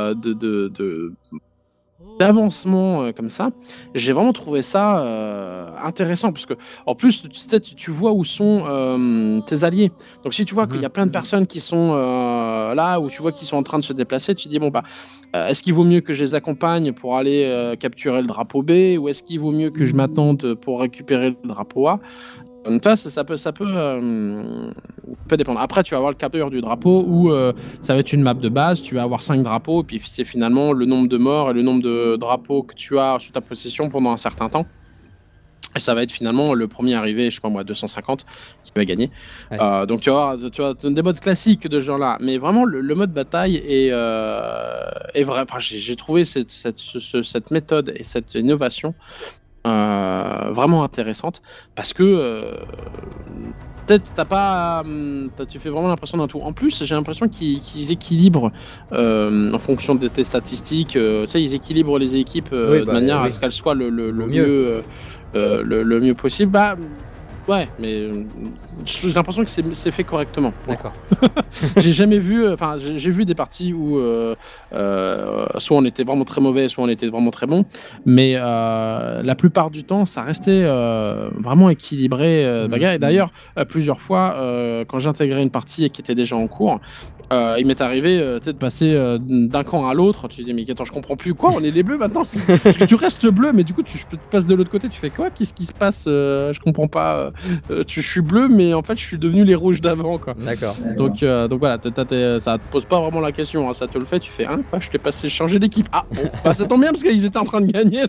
d'avancement comme ça, j'ai vraiment trouvé ça intéressant, parce que en plus tu vois où sont tes alliés. Donc si tu vois qu'il y a plein de personnes qui sont là, où tu vois qu'ils sont en train de se déplacer, tu te dis est-ce qu'il vaut mieux que je les accompagne pour aller capturer le drapeau B, ou est-ce qu'il vaut mieux que je m'attende pour récupérer le drapeau A? Ça peut dépendre. Après, tu vas avoir le capteur du drapeau où ça va être une map de base, tu vas avoir 5 drapeaux, et puis c'est finalement le nombre de morts et le nombre de drapeaux que tu as sur ta possession pendant un certain temps. Et ça va être finalement le premier arrivé, je sais pas moi, 250, qui va gagner. Ouais. Donc tu vas des modes classiques de ce genre-là, mais vraiment le mode bataille est vrai. Enfin, j'ai trouvé cette méthode et cette innovation vraiment intéressante, parce que peut-être tu fais vraiment l'impression d'un tout. En plus, j'ai l'impression qu'ils équilibrent en fonction de tes statistiques. Tu sais, ils équilibrent les équipes de manière à ce qu'elles soient le mieux possible. Ouais, mais j'ai l'impression que c'est fait correctement. D'accord. J'ai jamais vu, j'ai vu des parties où soit on était vraiment très mauvais, soit on était vraiment très bon, mais la plupart du temps, ça restait vraiment équilibré. Bagarre. Et d'ailleurs, plusieurs fois, quand j'intégrais une partie et qui était déjà en cours, il m'est arrivé de passer d'un camp à l'autre. Tu te dis, mais attends, je comprends plus quoi, on est les bleus maintenant. Parce que tu restes bleu, mais du coup, tu passes de l'autre côté, tu fais quoi? Qu'est-ce qui se passe? Je comprends pas. Je suis bleu, mais en fait, je suis devenu les rouges d'avant, quoi. D'accord. Donc voilà, ça te pose pas vraiment la question, hein, ça te le fait, tu fais, hein, quoi, je t'ai passé changer d'équipe. Ah, bon, bah, ça tombe bien parce qu'ils étaient en train de gagner.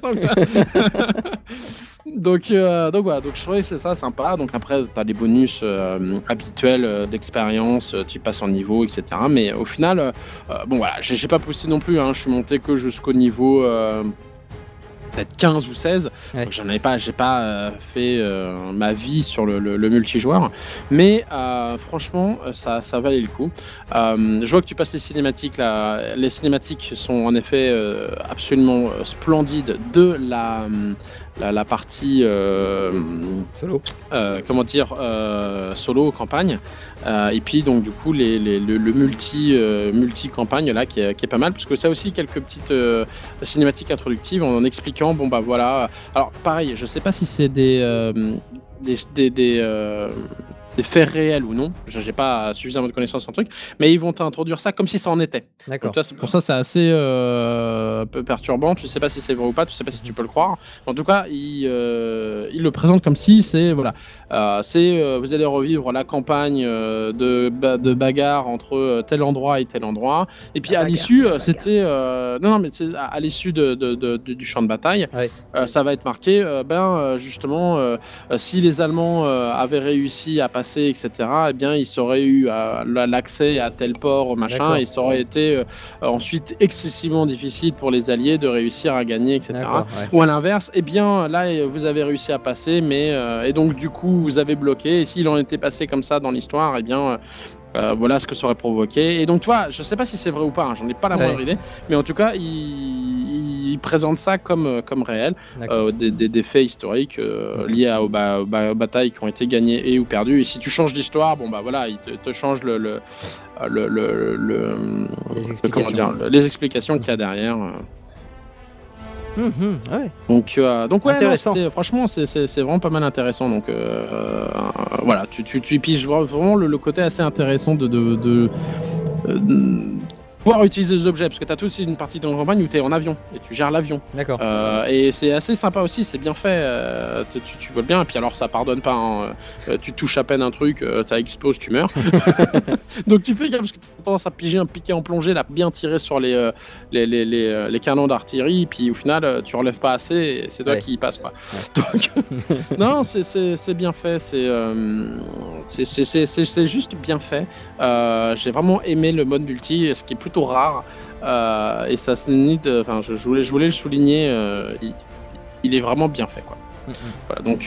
Donc voilà, donc je trouvais que c'est ça sympa. Donc après, t'as les bonus habituels d'expérience, tu passes en niveau, etc. Mais au final, bon voilà, j'ai pas poussé non plus, hein, je suis monté que jusqu'au niveau peut-être 15 ou 16. Ouais. Donc j'ai pas fait ma vie sur le multijoueur. Mais franchement, ça valait le coup. Je vois que tu passes les cinématiques là. Les cinématiques sont en effet absolument splendides de la partie Solo. comment dire solo campagne et puis donc du coup le multi campagne là qui est pas mal parce que ça aussi quelques petites cinématiques introductives en expliquant bon bah voilà, alors pareil je sais pas si c'est des faits réels ou non, j'ai pas suffisamment de connaissances en truc, mais ils vont t'introduire ça comme si ça en était. D'accord. Donc toi, pour ça c'est assez peu perturbant, tu sais pas si c'est vrai ou pas, tu sais pas si tu peux le croire. En tout cas, il le présente comme si c'est voilà, vous allez revivre la campagne de bagarre entre tel endroit et tel endroit, et puis à l'issue c'était non mais c'est à l'issue du champ de bataille, Ouais. ça va être marqué justement si les Allemands avaient réussi à passer etc., eh bien ils auraient eu l'accès à tel port machin. D'accord. Et ça aurait été ensuite excessivement difficile pour les Alliés de réussir à gagner etc. D'accord, ouais. Ou à l'inverse, eh bien là vous avez réussi à passer mais et donc du coup vous avez bloqué, et s'il en était passé comme ça dans l'histoire, eh bien voilà ce que ça aurait provoqué. Et donc tu vois, je sais pas si c'est vrai ou pas, hein, j'en ai pas la moindre idée, mais en tout cas il présente ça comme réel, des faits historiques liés aux batailles qui ont été gagnées et ou perdues. Et si tu changes d'histoire, bon bah voilà, il te change les explications qu'il y a derrière. Ouais. Donc ouais, intéressant. non, franchement c'est vraiment pas mal intéressant. Donc voilà, tu piges vraiment le côté assez intéressant de pouvoir utiliser les objets, parce que tu as tout aussi une partie de la campagne où tu es en avion et tu gères l'avion. D'accord. Et c'est assez sympa aussi, c'est bien fait, tu vois bien, et puis alors ça pardonne pas, hein, tu touches à peine un truc, ça explose, tu meurs. Donc tu fais gaffe, parce que tu as tendance à piger un piqué en plongée, là, bien tiré sur les canons d'artillerie, puis au final tu relèves pas assez, et c'est toi qui y passe, quoi. Ouais. Donc, non, c'est bien fait, c'est juste bien fait. J'ai vraiment aimé le mode multi, ce qui est plutôt rare, et ça se limite, enfin je voulais le souligner, il est vraiment bien fait, quoi. Voilà, donc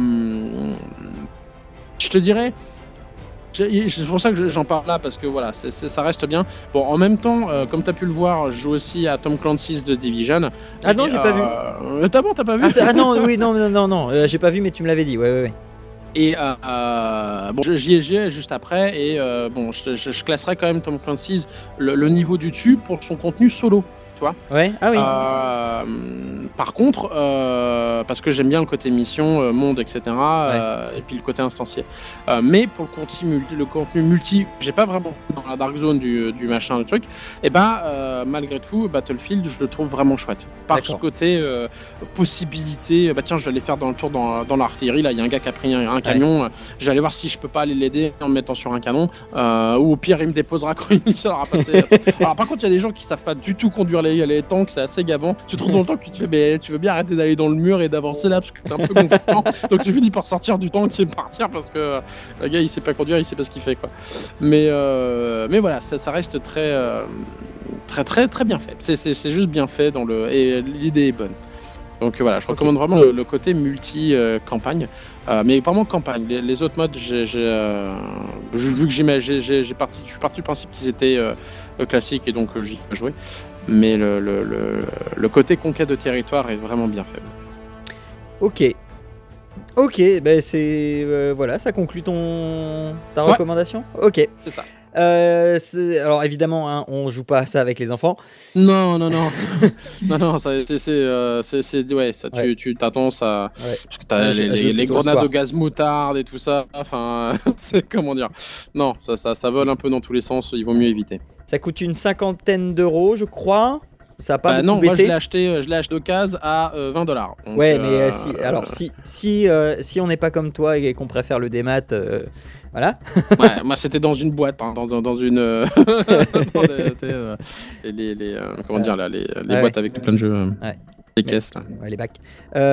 je te dirais, c'est pour ça que j'en parle là, parce que voilà, ça reste bien. Bon, en même temps, comme tu as pu le voir, je joue aussi à Tom Clancy's The Division. Ah non, j'ai pas vu. T'as pas vu? Ah non, oui, non, j'ai pas vu, mais tu me l'avais dit, ouais. Et bon, j'y ai juste après, et bon, je classerais quand même Tom Clancy's le niveau du dessus pour son contenu solo, tu vois. Ouais, ah oui. Par contre, parce que j'aime bien le côté mission, monde, etc., et puis le côté instancié. Mais pour le contenu multi, j'ai pas vraiment dans la dark zone du machin, du truc. Et malgré tout, Battlefield, je le trouve vraiment chouette. Par ce côté possibilité, tiens, je vais aller faire dans le tour dans l'artillerie. Là, il y a un gars qui a pris un camion. Je vais aller voir si je peux pas aller l'aider en me mettant sur un canon. Ou au pire, il me déposera quand il sera passé. Alors, par contre, il y a des gens qui savent pas du tout conduire les tanks, c'est assez gavant. Tu te retrouves dans le tank, tu te fais, mais tu veux bien arrêter d'aller dans le mur et d'avancer là, parce que c'est un peu gonflant. Donc tu finis par sortir du tank et partir, parce que le gars il sait pas conduire, il sait pas ce qu'il fait, quoi. Mais voilà, ça reste très bien fait. C'est juste bien fait et l'idée est bonne. Donc voilà, je recommande vraiment le côté multi-campagne, mais vraiment campagne. Les autres modes, vu que je suis parti du principe qu'ils étaient classiques, et donc j'y ai joué. Mais le côté conquête de territoire est vraiment bien fait. Ok. Ok, ben c'est voilà, ça conclut ta recommandation. Ok. C'est ça. Alors évidemment, hein, on joue pas à ça avec les enfants. Non, non, ça, ouais, ça, tu t'as tendance à, parce que t'as les grenades de gaz moutarde et tout ça. Enfin, c'est comment dire. Non, ça vole un peu dans tous les sens. Il vaut mieux éviter. Ça coûte une 50aine d'euros, je crois. Ça a pas beaucoup non, baissé. Moi je l'ai acheté d'occasion à $20. Donc, ouais, mais si on n'est pas comme toi et qu'on préfère le démat, voilà. Ouais, moi c'était dans une boîte, hein, dans une comment dire là, les boîtes avec plein de jeux, les caisses là. Ouais, les bacs.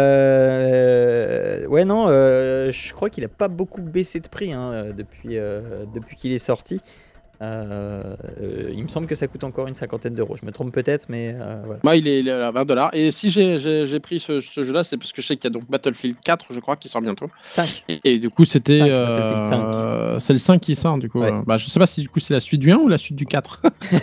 Ouais, non, je crois qu'il a pas beaucoup baissé de prix depuis qu'il est sorti. Il me semble que ça coûte encore une 50aine d'euros. Je me trompe peut-être, mais voilà. Moi, il est à $20. Et si j'ai pris ce jeu-là, c'est parce que je sais qu'il y a donc Battlefield 4, je crois, qui sort bientôt. 5. Et du coup, c'était. 5, Battlefield 5. C'est le 5 qui sort, du coup. Ouais. Je sais pas si du coup c'est la suite du 1 ou la suite du 4.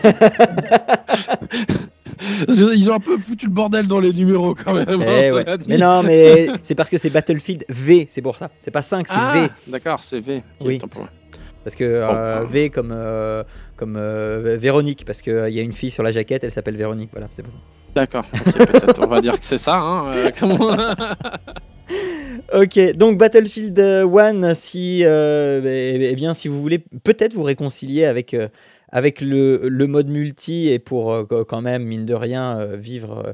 Ils ont un peu foutu le bordel dans les numéros quand même. Ouais. Mais non, mais c'est parce que c'est Battlefield V, c'est pour ça. C'est pas 5, c'est V. D'accord, c'est V. Oui. Parce que V comme Véronique, parce qu'il y a une fille sur la jaquette, elle s'appelle Véronique, voilà, c'est pour ça. D'accord, okay, peut-être, on va dire que c'est ça. Ok, donc Battlefield 1, si vous voulez peut-être vous réconcilier avec le mode multi et pour quand même, mine de rien, vivre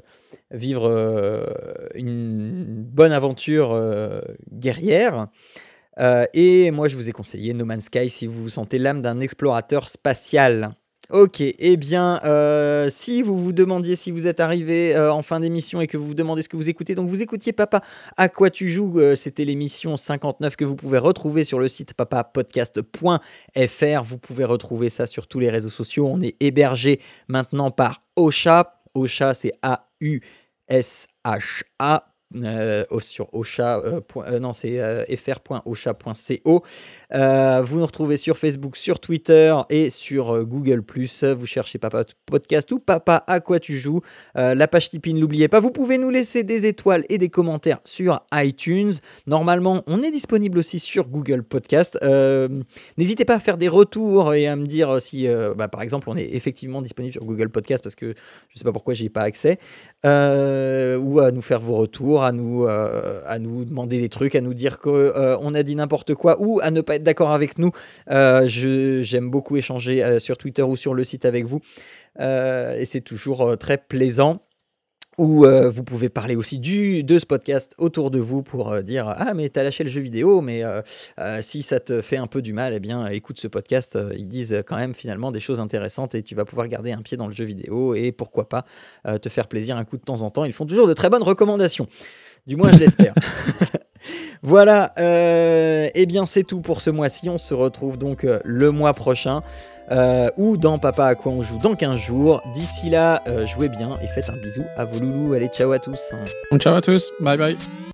une bonne aventure guerrière. Et moi, je vous ai conseillé No Man's Sky si vous vous sentez l'âme d'un explorateur spatial. Ok, eh bien, si vous vous demandiez, si vous êtes arrivé en fin d'émission et que vous vous demandez ce que vous écoutez, donc vous écoutiez Papa à quoi tu joues, c'était l'émission 59 que vous pouvez retrouver sur le site papapodcast.fr. Vous pouvez retrouver ça sur tous les réseaux sociaux. On est hébergé maintenant par Ocha. Ocha, c'est A-U-S-H-A. Sur Ocha, c'est fr.ocha.co. Vous nous retrouvez sur Facebook, sur Twitter et sur Google+. Vous cherchez Papa Podcast ou Papa à quoi tu joues. La page Tipeee, ne l'oubliez pas. Vous pouvez nous laisser des étoiles et des commentaires sur iTunes. Normalement, on est disponible aussi sur Google Podcast. N'hésitez pas à faire des retours et à me dire si, par exemple, on est effectivement disponible sur Google Podcast parce que je ne sais pas pourquoi j'ai pas accès. Ou à nous faire vos retours, à nous demander des trucs, à nous dire qu'on a dit n'importe quoi ou à ne pas être d'accord avec nous. J'aime beaucoup échanger sur Twitter ou sur le site avec vous et c'est toujours très plaisant. Ou vous pouvez parler aussi de ce podcast autour de vous pour dire « Ah, mais t'as lâché le jeu vidéo, mais si ça te fait un peu du mal, eh bien, écoute ce podcast. Ils disent quand même finalement des choses intéressantes et tu vas pouvoir garder un pied dans le jeu vidéo et pourquoi pas te faire plaisir un coup de temps en temps. Ils font toujours de très bonnes recommandations. Du moins, je l'espère. » Voilà, eh bien c'est tout pour ce mois-ci. On se retrouve donc le mois prochain ou dans Papa à quoi on joue dans 15 jours. D'ici là, jouez bien et faites un bisou à vos loulous. Allez, ciao à tous. Ciao à tous, bye bye.